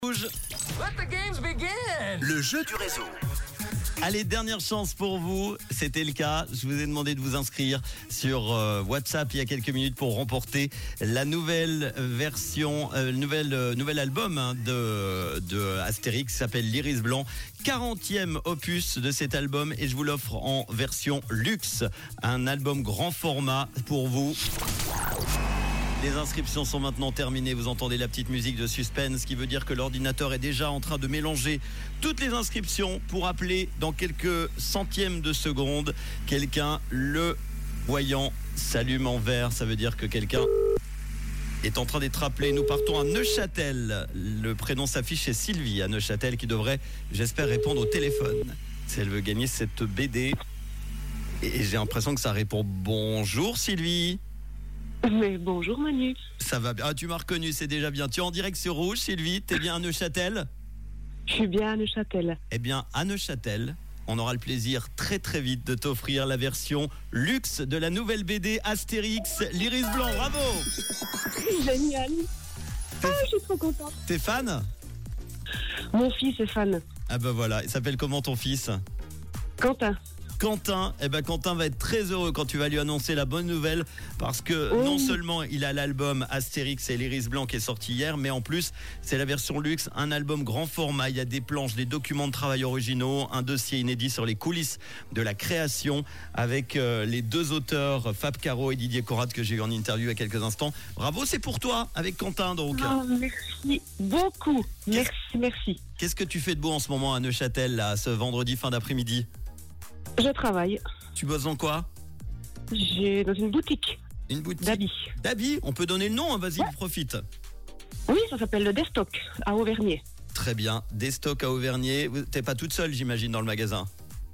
Rouge. Let the games begin. Le jeu du réseau. Allez, dernière chance pour vous. C'était le cas. Je vous ai demandé de vous inscrire sur WhatsApp il y a quelques minutes pour remporter la nouvelle version, nouvel album de Astérix qui s'appelle L'Iris Blanc. 40e opus de cet album et je vous l'offre en version luxe. Un album grand format pour vous. Les inscriptions sont maintenant terminées. Vous entendez la petite musique de suspense qui veut dire que l'ordinateur est déjà en train de mélanger toutes les inscriptions pour appeler dans quelques centièmes de seconde quelqu'un. Le voyant s'allume en vert. Ça veut dire que quelqu'un est en train d'être appelé. Nous partons à Neuchâtel. Le prénom s'affiche chez Sylvie à Neuchâtel qui devrait, j'espère, répondre au téléphone si elle veut gagner cette BD. Et j'ai l'impression que ça répond. Bonjour Sylvie. Mais bonjour Manu. Ça va bien. Ah, tu m'as reconnu, c'est déjà bien. Tu es en direct sur Rouge, Sylvie. T'es bien à Neuchâtel ? Je suis bien à Neuchâtel. Eh bien, à Neuchâtel, on aura le plaisir très très vite de t'offrir la version luxe de la nouvelle BD Astérix, L'Iris Blanc. Bravo ! Génial. Je suis trop contente. T'es fan ? Mon fils est fan. Ah ben voilà. Il s'appelle comment ton fils ? Quentin. Quentin, Quentin va être très heureux quand tu vas lui annoncer la bonne nouvelle parce que non seulement il a l'album Astérix et l'Iris Blanc qui est sorti hier, mais en plus c'est la version luxe, un album grand format. Il y a des planches, des documents de travail originaux, un dossier inédit sur les coulisses de la création avec les deux auteurs Fab Caro et Didier Corrad que j'ai eu en interview il y a quelques instants. Bravo, c'est pour toi avec Quentin donc. Oh, merci beaucoup. Merci. Qu'est-ce que tu fais de beau en ce moment à Neuchâtel là, ce vendredi fin d'après-midi ? Je travaille. Tu bosses dans quoi ? J'ai dans une boutique. Une boutique d'habits. D'habits ? On peut donner le nom, hein, vas-y, profite. Oui, ça s'appelle le Destock à Auvergnat. Très bien, des stocks à Auvergnat. T'es pas toute seule, j'imagine, dans le magasin ?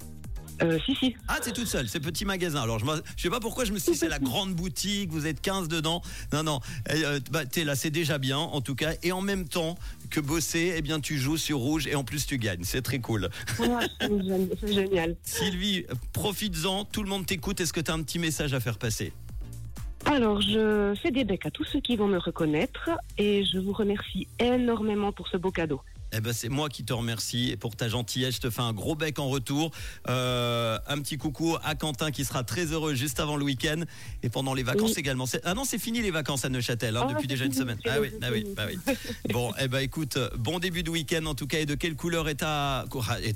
Si. Ah, t'es toute seule, c'est petit magasin. Alors, je sais pas pourquoi je me suis dit c'est la grande boutique, vous êtes 15 dedans. Non, t'es là, c'est déjà bien, en tout cas. Et en même temps que bosser, eh bien, tu joues sur Rouge et en plus, tu gagnes. C'est très cool. Ouais, c'est génial. Sylvie, profites-en, tout le monde t'écoute. Est-ce que t'as un petit message à faire passer ? Alors, je fais des becs à tous ceux qui vont me reconnaître et je vous remercie énormément pour ce beau cadeau. Eh ben c'est moi qui te remercie et pour ta gentillesse, je te fais un gros bec en retour. Un petit coucou à Quentin qui sera très heureux juste avant le week-end et pendant les vacances également. Ah non, c'est fini les vacances à Neuchâtel depuis déjà une semaine. Ah oui. Bon, écoute, bon début de week-end en tout cas. Et de quelle couleur est ta radio ?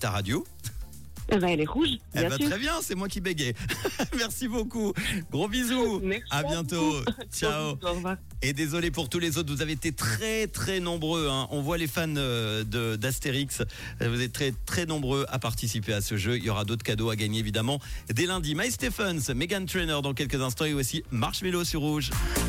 Elle est rouge, bien sûr. Très bien, c'est moi qui bégayais. Merci beaucoup. Gros bisous. Merci à bientôt. Ciao. Au revoir. Et désolé pour tous les autres, vous avez été très très nombreux. On voit les fans d'Astérix. Vous êtes très très nombreux à participer à ce jeu. Il y aura d'autres cadeaux à gagner évidemment dès lundi. My Stephens, Meghan Trainor dans quelques instants et aussi Marshmello sur Rouge.